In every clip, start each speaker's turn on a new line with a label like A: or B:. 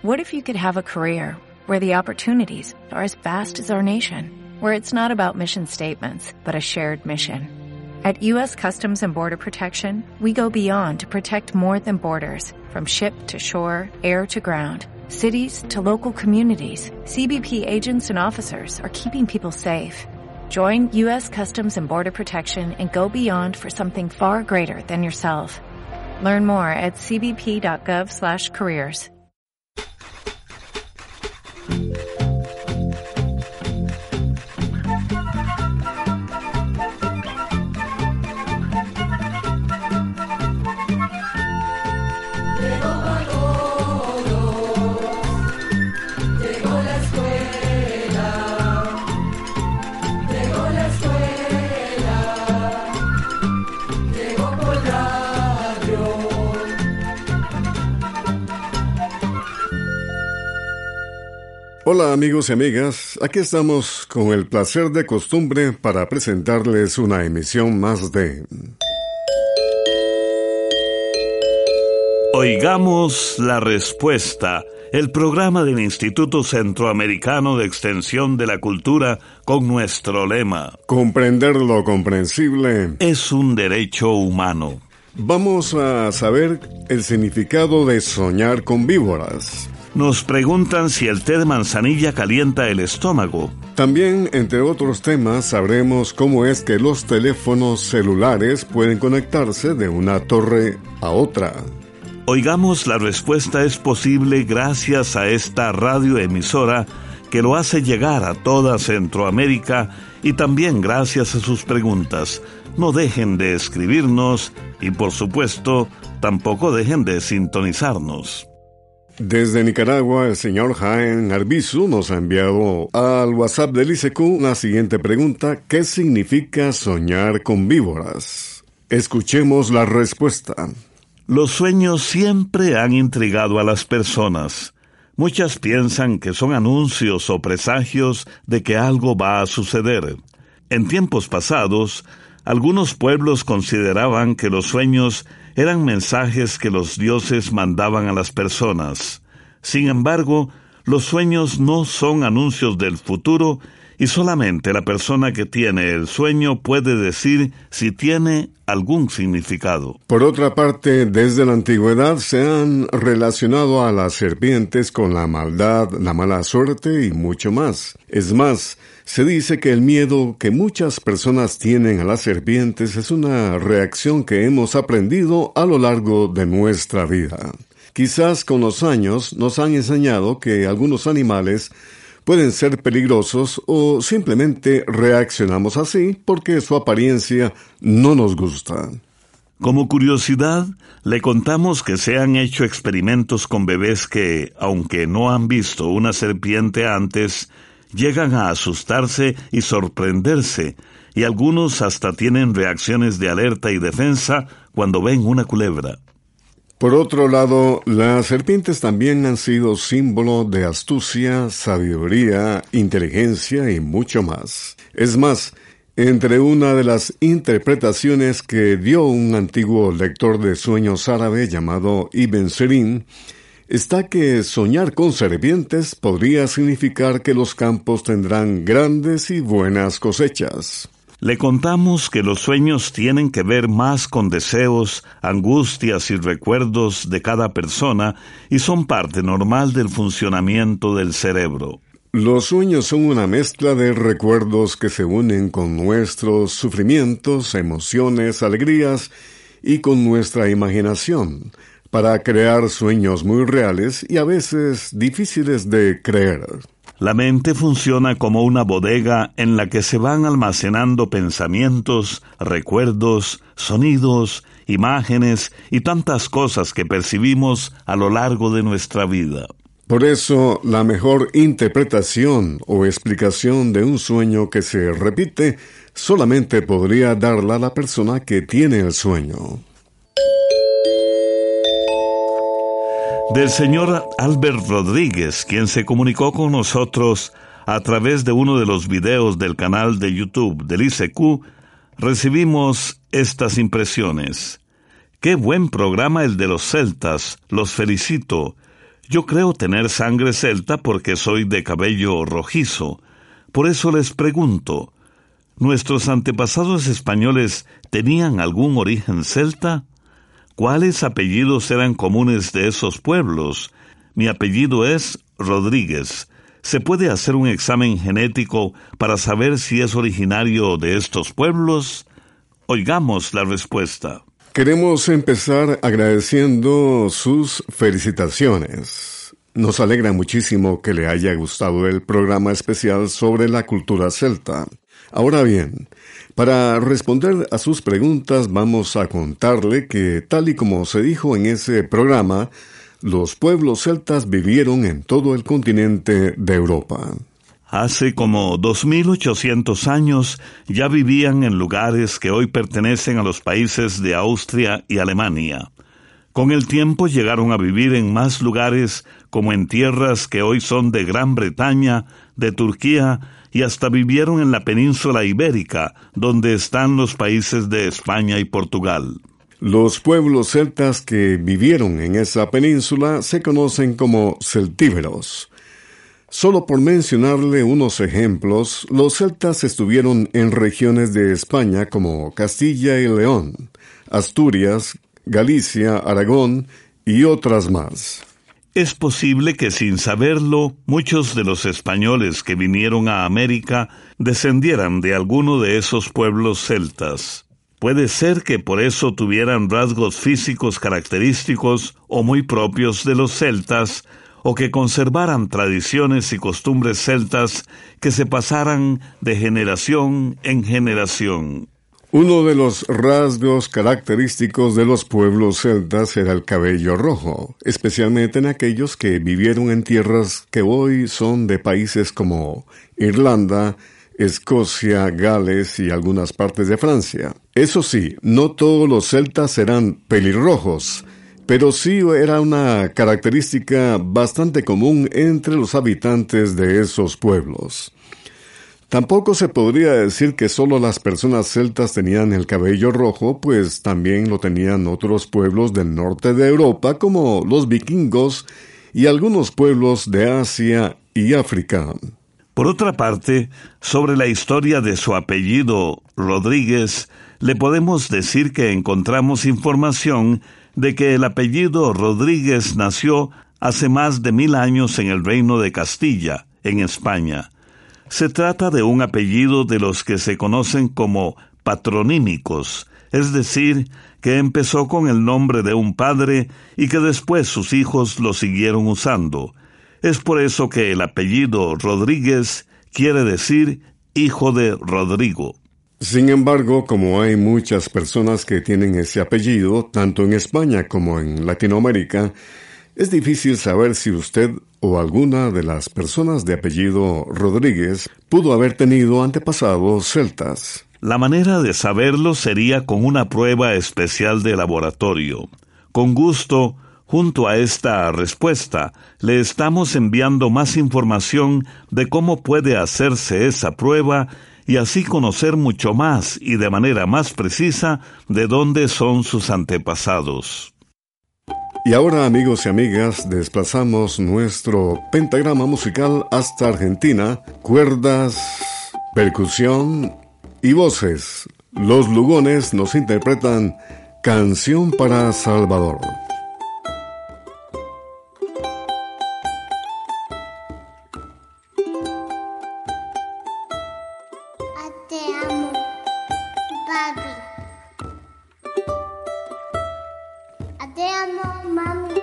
A: What if you could have a career where the opportunities are as vast as our nation, where it's not about mission statements, but a shared mission? At U.S. Customs and Border Protection, we go beyond to protect more than borders, from ship to shore, air to ground, cities to local communities. CBP agents and officers are keeping people safe. Join U.S. Customs and Border Protection and go beyond for something far greater than yourself. Learn more at cbp.gov/careers.
B: Hola amigos y amigas, aquí estamos con el placer de costumbre para presentarles una emisión más de
C: Oigamos la Respuesta, el programa del Instituto Centroamericano de Extensión de la Cultura con nuestro lema:
B: comprender lo comprensible
C: es un derecho humano.
B: Vamos a saber el significado de soñar con víboras.
C: Nos preguntan si el té de manzanilla calienta el estómago.
B: También, entre otros temas, sabremos cómo es que los teléfonos celulares pueden conectarse de una torre a otra.
C: Oigamos la Respuesta es posible gracias a esta radioemisora que lo hace llegar a toda Centroamérica y también gracias a sus preguntas. No dejen de escribirnos y, por supuesto, tampoco dejen de sintonizarnos.
B: Desde Nicaragua, el señor Jaén Arbizu nos ha enviado al WhatsApp del ICQ la siguiente pregunta: ¿qué significa soñar con víboras? Escuchemos la respuesta.
C: Los sueños siempre han intrigado a las personas. Muchas piensan que son anuncios o presagios de que algo va a suceder. En tiempos pasados, algunos pueblos consideraban que los sueños eran mensajes que los dioses mandaban a las personas. Sin embargo, los sueños no son anuncios del futuro y solamente la persona que tiene el sueño puede decir si tiene algún significado.
B: Por otra parte, desde la antigüedad se han relacionado a las serpientes con la maldad, la mala suerte y mucho más. Es más, se dice que el miedo que muchas personas tienen a las serpientes es una reacción que hemos aprendido a lo largo de nuestra vida. Quizás con los años nos han enseñado que algunos animales pueden ser peligrosos o simplemente reaccionamos así porque su apariencia no nos gusta.
C: Como curiosidad, le contamos que se han hecho experimentos con bebés que, aunque no han visto una serpiente antes, llegan a asustarse y sorprenderse, y algunos hasta tienen reacciones de alerta y defensa cuando ven una culebra.
B: Por otro lado, las serpientes también han sido símbolo de astucia, sabiduría, inteligencia y mucho más. Es más, entre una de las interpretaciones que dio un antiguo lector de sueños árabe llamado Ibn Sirin, está que soñar con serpientes podría significar que los campos tendrán grandes y buenas cosechas.
C: Le contamos que los sueños tienen que ver más con deseos, angustias y recuerdos de cada persona y son parte normal del funcionamiento del cerebro.
B: Los sueños son una mezcla de recuerdos que se unen con nuestros sufrimientos, emociones, alegrías y con nuestra imaginación, para crear sueños muy reales y a veces difíciles de creer.
C: La mente funciona como una bodega en la que se van almacenando pensamientos, recuerdos, sonidos, imágenes y tantas cosas que percibimos a lo largo de nuestra vida.
B: Por eso, la mejor interpretación o explicación de un sueño que se repite solamente podría darla la persona que tiene el sueño.
C: Del señor Albert Rodríguez, quien se comunicó con nosotros a través de uno de los videos del canal de YouTube del ICQ, recibimos estas impresiones. ¡Qué buen programa el de los celtas! Los felicito. Yo creo tener sangre celta porque soy de cabello rojizo. Por eso les pregunto, ¿nuestros antepasados españoles tenían algún origen celta? ¿Cuáles apellidos eran comunes de esos pueblos? Mi apellido es Rodríguez. ¿Se puede hacer un examen genético para saber si es originario de estos pueblos? Oigamos la respuesta.
B: Queremos empezar agradeciendo sus felicitaciones. Nos alegra muchísimo que le haya gustado el programa especial sobre la cultura celta. Ahora bien, para responder a sus preguntas vamos a contarle que, tal y como se dijo en ese programa, los pueblos celtas vivieron en todo el continente de Europa.
C: Hace como 2.800 años ya vivían en lugares que hoy pertenecen a los países de Austria y Alemania. Con el tiempo llegaron a vivir en más lugares, como en tierras que hoy son de Gran Bretaña, de Turquía, y hasta vivieron en la península ibérica, donde están los países de España y Portugal.
B: Los pueblos celtas que vivieron en esa península se conocen como celtíberos. Solo por mencionarle unos ejemplos, los celtas estuvieron en regiones de España como Castilla y León, Asturias, Galicia, Aragón y otras más.
C: Es posible que sin saberlo, muchos de los españoles que vinieron a América descendieran de alguno de esos pueblos celtas. Puede ser que por eso tuvieran rasgos físicos característicos o muy propios de los celtas, o que conservaran tradiciones y costumbres celtas que se pasaran de generación en generación.
B: Uno de los rasgos característicos de los pueblos celtas era el cabello rojo, especialmente en aquellos que vivieron en tierras que hoy son de países como Irlanda, Escocia, Gales y algunas partes de Francia. Eso sí, no todos los celtas eran pelirrojos, pero sí era una característica bastante común entre los habitantes de esos pueblos. Tampoco se podría decir que solo las personas celtas tenían el cabello rojo, pues también lo tenían otros pueblos del norte de Europa, como los vikingos y algunos pueblos de Asia y África.
C: Por otra parte, sobre la historia de su apellido Rodríguez, le podemos decir que encontramos información de que el apellido Rodríguez nació hace más de 1000 años en el Reino de Castilla, en España. Se trata de un apellido de los que se conocen como patronímicos, es decir, que empezó con el nombre de un padre y que después sus hijos lo siguieron usando. Es por eso que el apellido Rodríguez quiere decir hijo de Rodrigo.
B: Sin embargo, como hay muchas personas que tienen ese apellido, tanto en España como en Latinoamérica, es difícil saber si usted o alguna de las personas de apellido Rodríguez pudo haber tenido antepasados celtas.
C: La manera de saberlo sería con una prueba especial de laboratorio. Con gusto, junto a esta respuesta, le estamos enviando más información de cómo puede hacerse esa prueba y así conocer mucho más y de manera más precisa de dónde son sus antepasados.
B: Y ahora, amigos y amigas, desplazamos nuestro pentagrama musical hasta Argentina. Cuerdas, percusión y voces. Los Lugones nos interpretan Canción para Salvador.
D: Te amo, papi. Te amo, mami.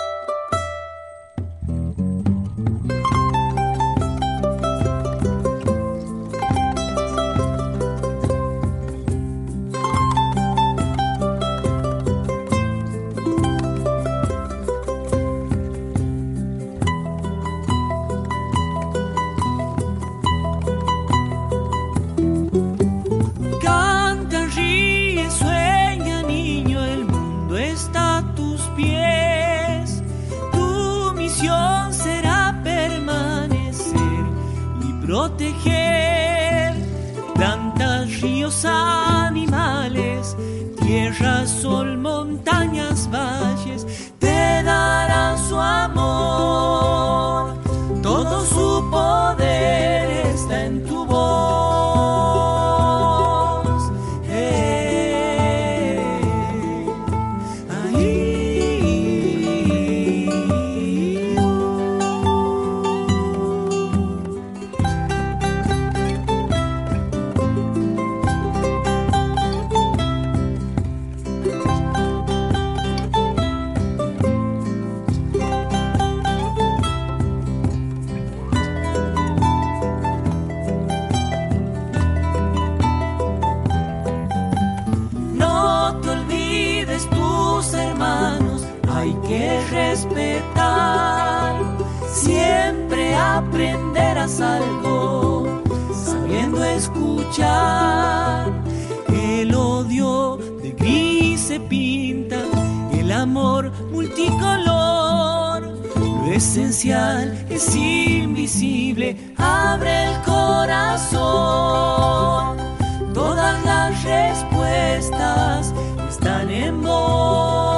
E: Canta, ríe, sueña, niño, el mundo está a tus pies. Tu misión será permanecer y proteger plantas, ríos, animales, tierra, sol, montañas, valles. Te dará su amor, todo su poder está en tu voz. Ahí. Hay que respetar, siempre aprenderás algo, sabiendo escuchar. El odio de gris se pinta, el amor multicolor. Lo esencial es invisible, abre el corazón. Todas las respuestas están en vos.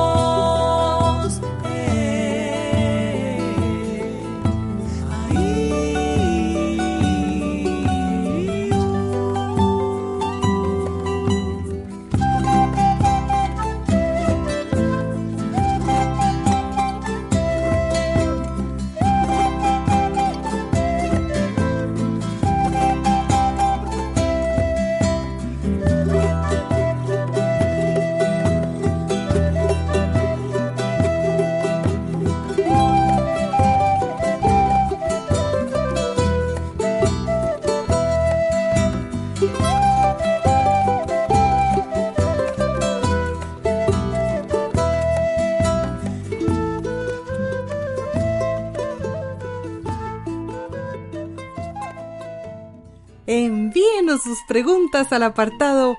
F: Envíenos sus preguntas al apartado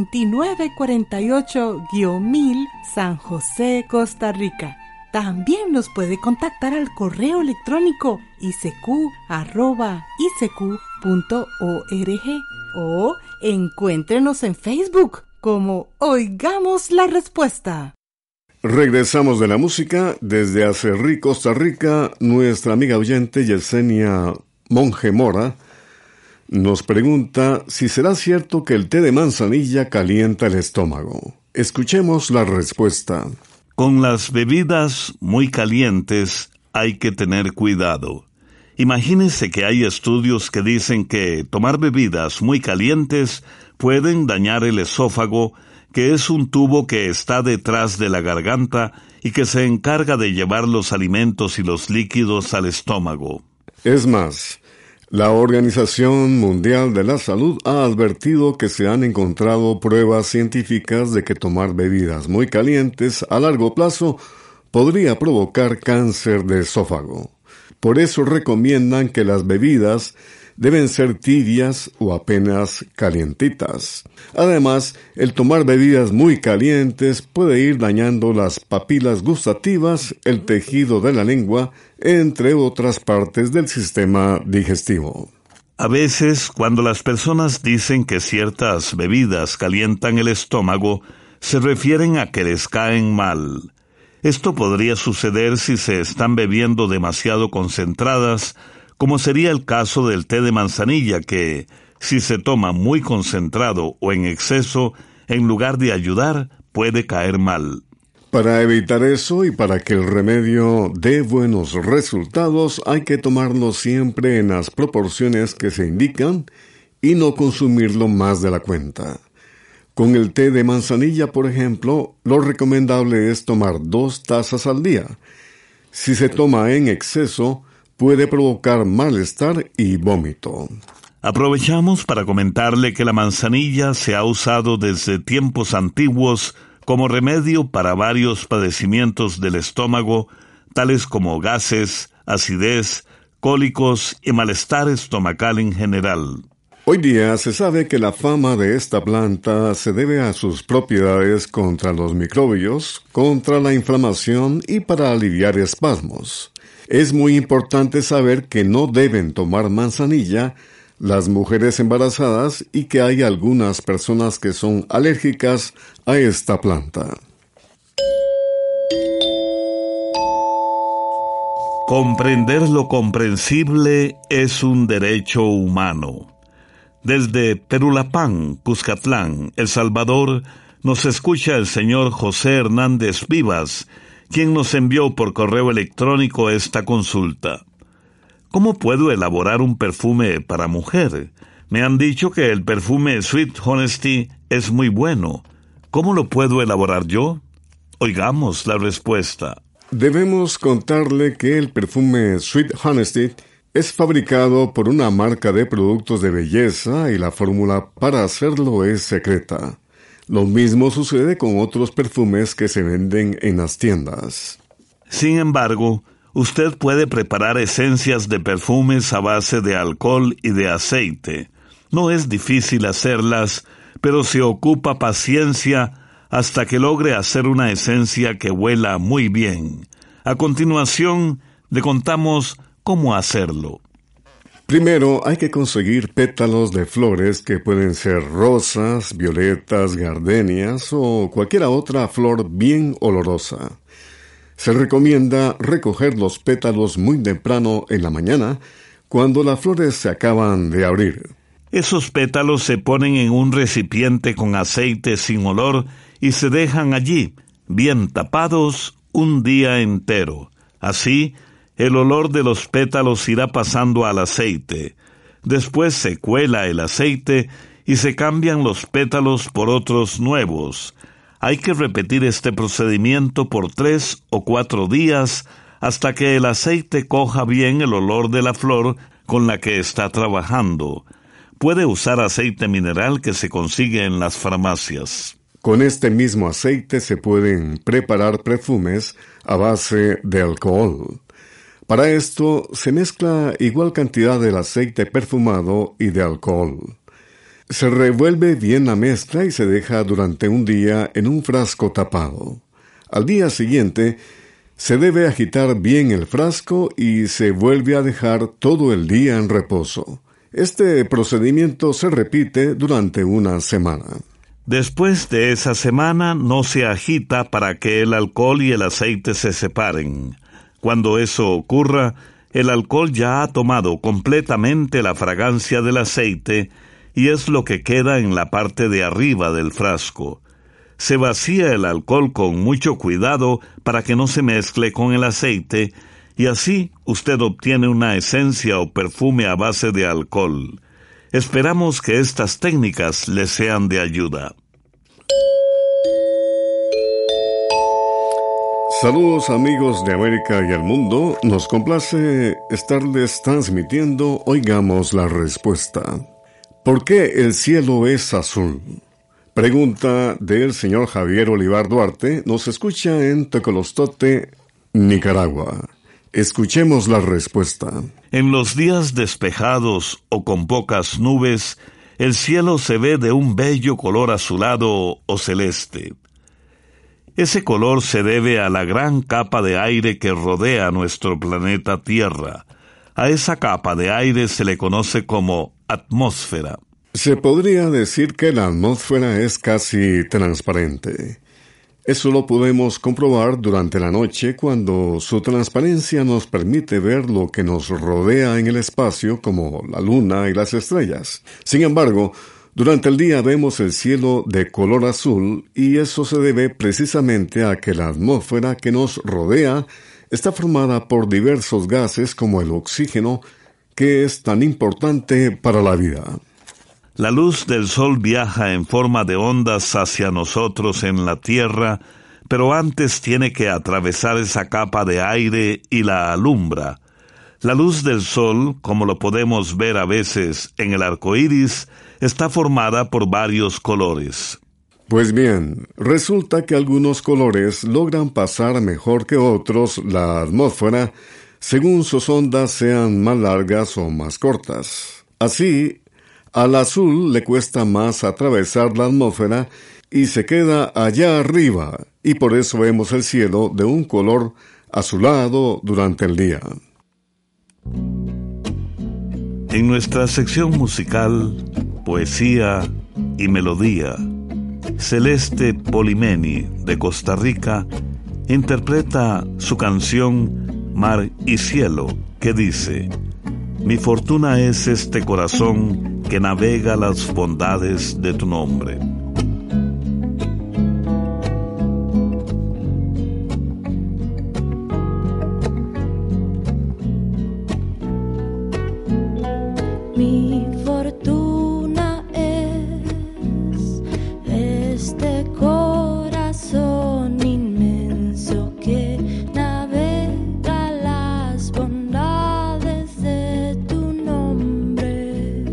F: 2948-1000 San José, Costa Rica. También nos puede contactar al correo electrónico isq@isq.org o encuéntrenos en Facebook como Oigamos la Respuesta.
B: Regresamos de la música. Desde Acerrí, Costa Rica, nuestra amiga oyente Yesenia Monje Mora nos pregunta si será cierto que el té de manzanilla calienta el estómago. Escuchemos la respuesta.
C: Con las bebidas muy calientes hay que tener cuidado. Imagínese que hay estudios que dicen que tomar bebidas muy calientes pueden dañar el esófago, que es un tubo que está detrás de la garganta y que se encarga de llevar los alimentos y los líquidos al estómago.
B: Es más, la Organización Mundial de la Salud ha advertido que se han encontrado pruebas científicas de que tomar bebidas muy calientes a largo plazo podría provocar cáncer de esófago. Por eso recomiendan que las bebidas deben ser tibias o apenas calientitas. Además, el tomar bebidas muy calientes puede ir dañando las papilas gustativas, el tejido de la lengua, entre otras partes del sistema digestivo.
C: A veces, cuando las personas dicen que ciertas bebidas calientan el estómago, se refieren a que les caen mal. Esto podría suceder si se están bebiendo demasiado concentradas, como sería el caso del té de manzanilla que, si se toma muy concentrado o en exceso, en lugar de ayudar, puede caer mal.
B: Para evitar eso y para que el remedio dé buenos resultados, hay que tomarlo siempre en las proporciones que se indican y no consumirlo más de la cuenta. Con el té de manzanilla, por ejemplo, lo recomendable es tomar 2 tazas al día. Si se toma en exceso, puede provocar malestar y vómito.
C: Aprovechamos para comentarle que la manzanilla se ha usado desde tiempos antiguos como remedio para varios padecimientos del estómago, tales como gases, acidez, cólicos y malestar estomacal en general.
B: Hoy día se sabe que la fama de esta planta se debe a sus propiedades contra los microbios, contra la inflamación y para aliviar espasmos. Es muy importante saber que no deben tomar manzanilla las mujeres embarazadas y que hay algunas personas que son alérgicas a esta planta.
C: Comprender lo comprensible es un derecho humano. Desde Perulapán, Cuscatlán, El Salvador, nos escucha el señor José Hernández Vivas, quien nos envió por correo electrónico esta consulta. ¿Cómo puedo elaborar un perfume para mujer? Me han dicho que el perfume Sweet Honesty es muy bueno. ¿Cómo lo puedo elaborar yo? Oigamos la respuesta.
B: Debemos contarle que el perfume Sweet Honesty es fabricado por una marca de productos de belleza y la fórmula para hacerlo es secreta. Lo mismo sucede con otros perfumes que se venden en las tiendas.
C: Sin embargo, usted puede preparar esencias de perfumes a base de alcohol y de aceite. No es difícil hacerlas, pero se ocupa paciencia hasta que logre hacer una esencia que huela muy bien. A continuación, le contamos cómo hacerlo.
B: Primero, hay que conseguir pétalos de flores que pueden ser rosas, violetas, gardenias o cualquier otra flor bien olorosa. Se recomienda recoger los pétalos muy temprano en la mañana, cuando las flores se acaban de abrir.
C: Esos pétalos se ponen en un recipiente con aceite sin olor y se dejan allí, bien tapados, un día entero. Así, el olor de los pétalos irá pasando al aceite. Después se cuela el aceite y se cambian los pétalos por otros nuevos. Hay que repetir este procedimiento por 3 o 4 días hasta que el aceite coja bien el olor de la flor con la que está trabajando. Puede usar aceite mineral que se consigue en las farmacias.
B: Con este mismo aceite se pueden preparar perfumes a base de alcohol. Para esto se mezcla igual cantidad del aceite perfumado y de alcohol. Se revuelve bien la mezcla y se deja durante un día en un frasco tapado. Al día siguiente se debe agitar bien el frasco y se vuelve a dejar todo el día en reposo. Este procedimiento se repite durante una semana.
C: Después de esa semana no se agita para que el alcohol y el aceite se separen. Cuando eso ocurra, el alcohol ya ha tomado completamente la fragancia del aceite y es lo que queda en la parte de arriba del frasco. Se vacía el alcohol con mucho cuidado para que no se mezcle con el aceite y así usted obtiene una esencia o perfume a base de alcohol. Esperamos que estas técnicas le sean de ayuda.
B: Saludos amigos de América y el mundo, nos complace estarles transmitiendo. Oigamos la respuesta. ¿Por qué el cielo es azul? Pregunta del señor Javier Olivar Duarte, nos escucha en Tocolostote, Nicaragua. Escuchemos la respuesta.
C: En los días despejados o con pocas nubes, el cielo se ve de un bello color azulado o celeste. Ese color se debe a la gran capa de aire que rodea nuestro planeta Tierra. A esa capa de aire se le conoce como atmósfera.
B: Se podría decir que la atmósfera es casi transparente. Eso lo podemos comprobar durante la noche cuando su transparencia nos permite ver lo que nos rodea en el espacio como la luna y las estrellas. Sin embargo, durante el día vemos el cielo de color azul y eso se debe precisamente a que la atmósfera que nos rodea está formada por diversos gases como el oxígeno, que es tan importante para la vida.
C: La luz del sol viaja en forma de ondas hacia nosotros en la Tierra, pero antes tiene que atravesar esa capa de aire y la alumbra. La luz del sol, como lo podemos ver a veces en el arco iris, está formada por varios colores.
B: Pues bien, resulta que algunos colores logran pasar mejor que otros la atmósfera según sus ondas sean más largas o más cortas. Así, al azul le cuesta más atravesar la atmósfera y se queda allá arriba, y por eso vemos el cielo de un color azulado durante el día.
C: En nuestra sección musical, Poesía y Melodía, Celeste Polimeni, de Costa Rica, interpreta su canción mar y cielo, que dice: Mi fortuna es este corazón que navega las bondades de tu nombre.
G: Mi fortuna es este corazón inmenso que navega las bondades de tu nombre.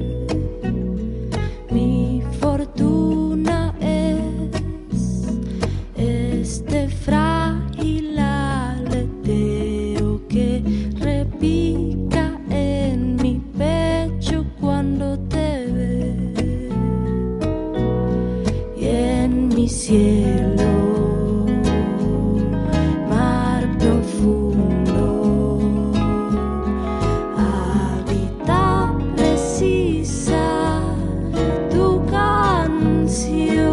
G: Mi fortuna es este frágil aleteo que repica en mi pecho cuando te ve, y en mi cielo, mar profundo, habita precisa tu canción,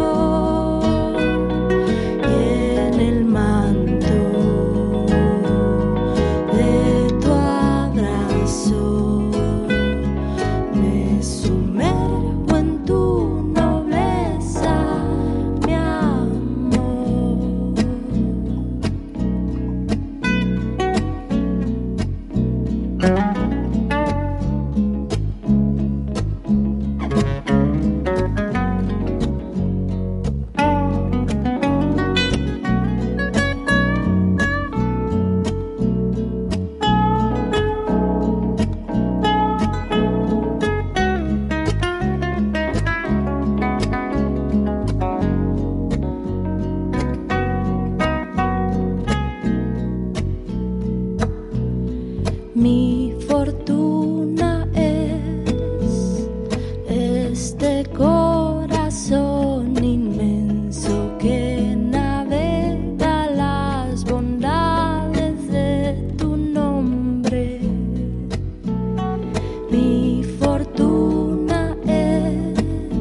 G: y en el manto de tu abrazo me sumerjo en tu nobleza, mi amor. Mi fortuna es este corazón inmenso que navega las bondades de tu nombre. Mi fortuna es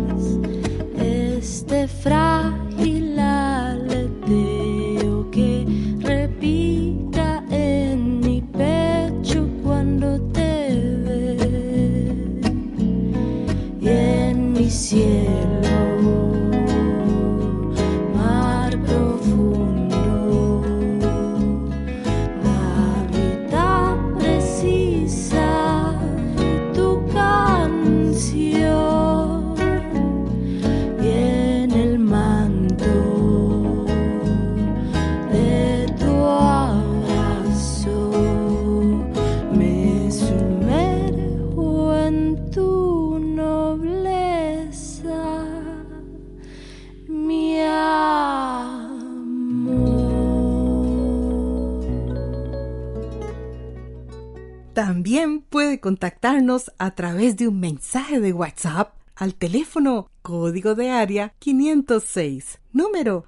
G: este frágil aleteo que repica en mi pecho cuando te ve, y en mi cielo, mar profundo, habita precisa tu canción, y en el manto de tu abrazo me sumerjo en tu nobleza, mi amor.
F: También puede contactarnos a través de un mensaje de WhatsApp al teléfono código de área 506, número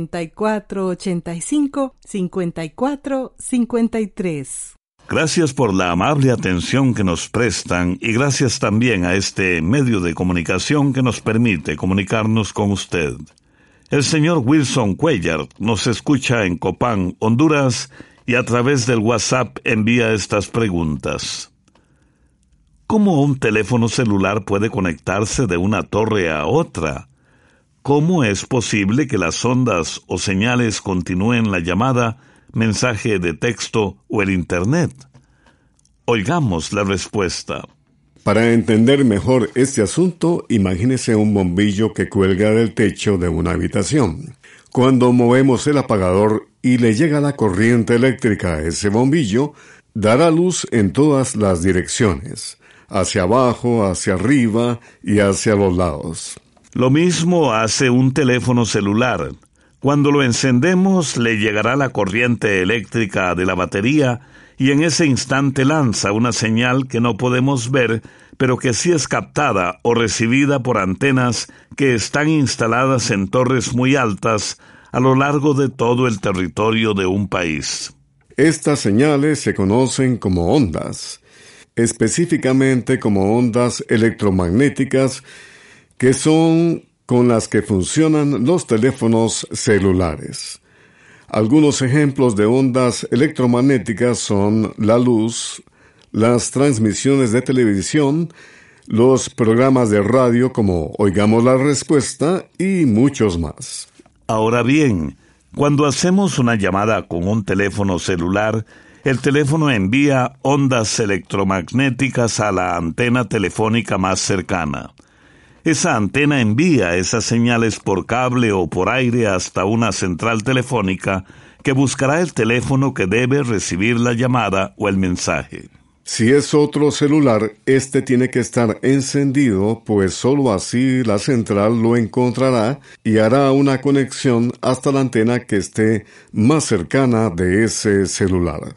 F: 8485-5453.
C: Gracias por la amable atención que nos prestan y gracias también a este medio de comunicación que nos permite comunicarnos con usted. El señor Wilson Cuellar nos escucha en Copán, Honduras, y a través del WhatsApp envía estas preguntas. ¿Cómo un teléfono celular puede conectarse de una torre a otra? ¿Cómo es posible que las ondas o señales continúen la llamada, mensaje de texto o el Internet? Oigamos la respuesta.
B: Para entender mejor este asunto, imagínese un bombillo que cuelga del techo de una habitación. Cuando movemos el apagador y le llega la corriente eléctrica a ese bombillo, dará luz en todas las direcciones, hacia abajo, hacia arriba y hacia los lados.
C: Lo mismo hace un teléfono celular. Cuando lo encendemos, le llegará la corriente eléctrica de la batería y en ese instante lanza una señal que no podemos ver, pero que sí es captada o recibida por antenas que están instaladas en torres muy altas a lo largo de todo el territorio de un país.
B: Estas señales se conocen como ondas, específicamente como ondas electromagnéticas, que son con las que funcionan los teléfonos celulares. Algunos ejemplos de ondas electromagnéticas son la luz, las transmisiones de televisión, los programas de radio como Oigamos la Respuesta y muchos más.
C: Ahora bien, cuando hacemos una llamada con un teléfono celular, el teléfono envía ondas electromagnéticas a la antena telefónica más cercana. Esa antena envía esas señales por cable o por aire hasta una central telefónica que buscará el teléfono que debe recibir la llamada o el mensaje.
B: Si es otro celular, este tiene que estar encendido, pues sólo así la central lo encontrará y hará una conexión hasta la antena que esté más cercana de ese celular.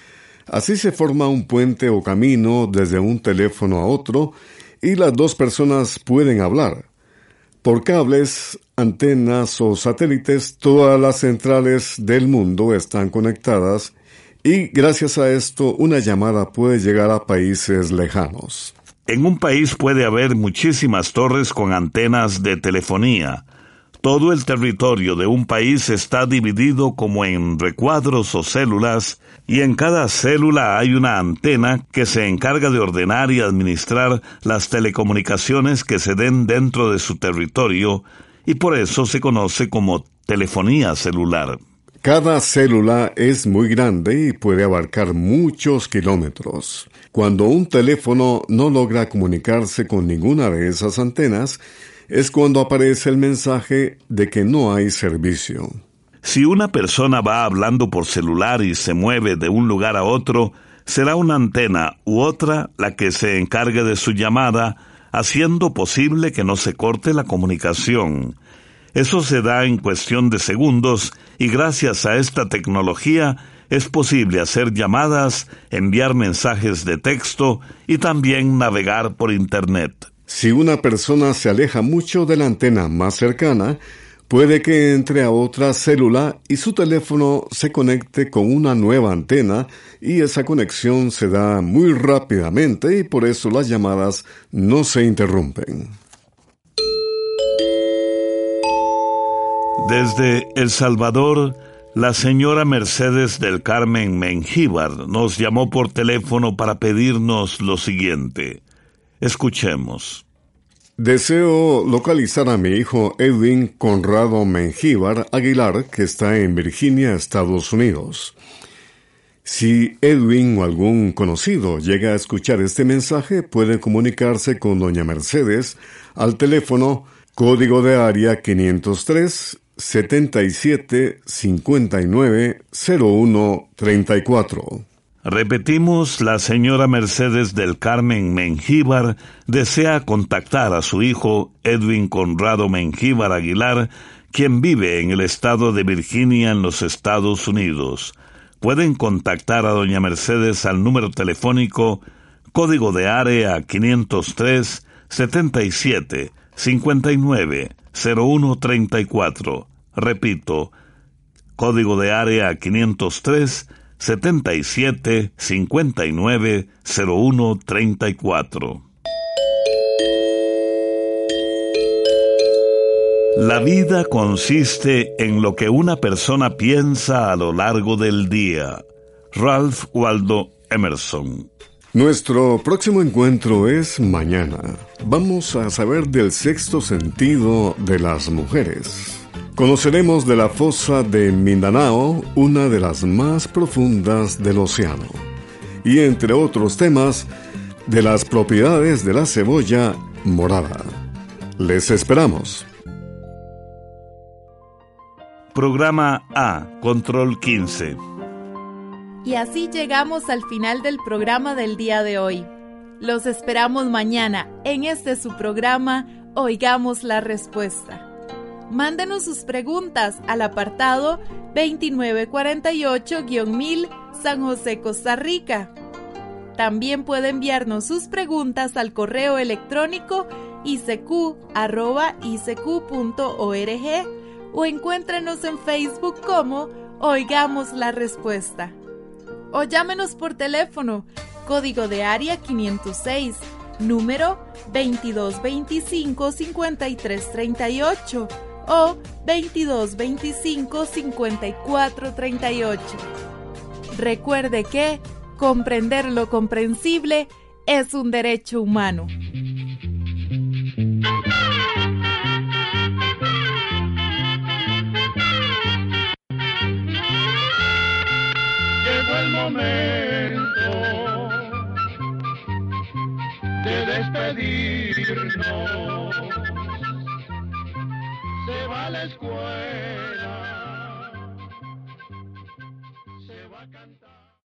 B: Así se forma un puente o camino desde un teléfono a otro y las dos personas pueden hablar. Por cables, antenas o satélites, todas las centrales del mundo están conectadas y gracias a esto una llamada puede llegar a países lejanos.
C: En un país puede haber muchísimas torres con antenas de telefonía. Todo el territorio de un país está dividido como en recuadros o células, y en cada célula hay una antena que se encarga de ordenar y administrar las telecomunicaciones que se den dentro de su territorio, y por eso se conoce como telefonía celular.
B: Cada célula es muy grande y puede abarcar muchos kilómetros. Cuando un teléfono no logra comunicarse con ninguna de esas antenas, es cuando aparece el mensaje de que no hay servicio.
C: Si una persona va hablando por celular y se mueve de un lugar a otro, será una antena u otra la que se encargue de su llamada, haciendo posible que no se corte la comunicación. Eso se da en cuestión de segundos y gracias a esta tecnología es posible hacer llamadas, enviar mensajes de texto y también navegar por Internet.
B: Si una persona se aleja mucho de la antena más cercana, puede que entre a otra célula y su teléfono se conecte con una nueva antena y esa conexión se da muy rápidamente y por eso las llamadas no se interrumpen.
C: Desde El Salvador, la señora Mercedes del Carmen Mengíbar nos llamó por teléfono para pedirnos lo siguiente. Escuchemos.
B: Deseo localizar a mi hijo Edwin Conrado Mengíbar Aguilar, que está en Virginia, Estados Unidos. Si Edwin o algún conocido llega a escuchar este mensaje, puede comunicarse con doña Mercedes al teléfono código de área 503-7759-0134.
C: Repetimos, la señora Mercedes del Carmen Mengíbar desea contactar a su hijo Edwin Conrado Mengíbar Aguilar, quien vive en el estado de Virginia en los Estados Unidos. Pueden contactar a doña Mercedes al número telefónico código de área 503-7759-0134. Repito, código de área 503-7759-0134. La vida consiste en lo que una persona piensa a lo largo del día. Ralph Waldo Emerson.
B: Nuestro próximo encuentro es mañana. Vamos a saber del sexto sentido de las mujeres. Conoceremos de la fosa de Mindanao, una de las más profundas del océano. Y entre otros temas, de las propiedades de la cebolla morada. Les esperamos.
C: Programa A, Control 15.
H: Y así llegamos al final del programa del día de hoy. Los esperamos mañana en su programa Oigamos la Respuesta. Mándenos sus preguntas al apartado 2948-1000 San José, Costa Rica. También puede enviarnos sus preguntas al correo electrónico icq@icq.org o encuéntrenos en Facebook como Oigamos la Respuesta. O llámenos por teléfono, código de área 506, número 2225-5338, o 2225-5438. Recuerde que comprender lo comprensible es un derecho humano.
I: Llegó el momento de despedirnos. Se va a la escuela.